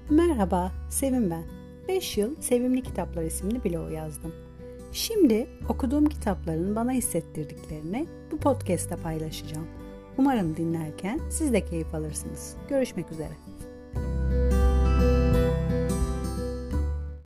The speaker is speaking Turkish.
Merhaba, Sevim ben. 5 yıl Sevimli Kitaplar isimli blog yazdım. Şimdi okuduğum kitapların bana hissettirdiklerini bu podcast'ta paylaşacağım. Umarım dinlerken siz de keyif alırsınız. Görüşmek üzere.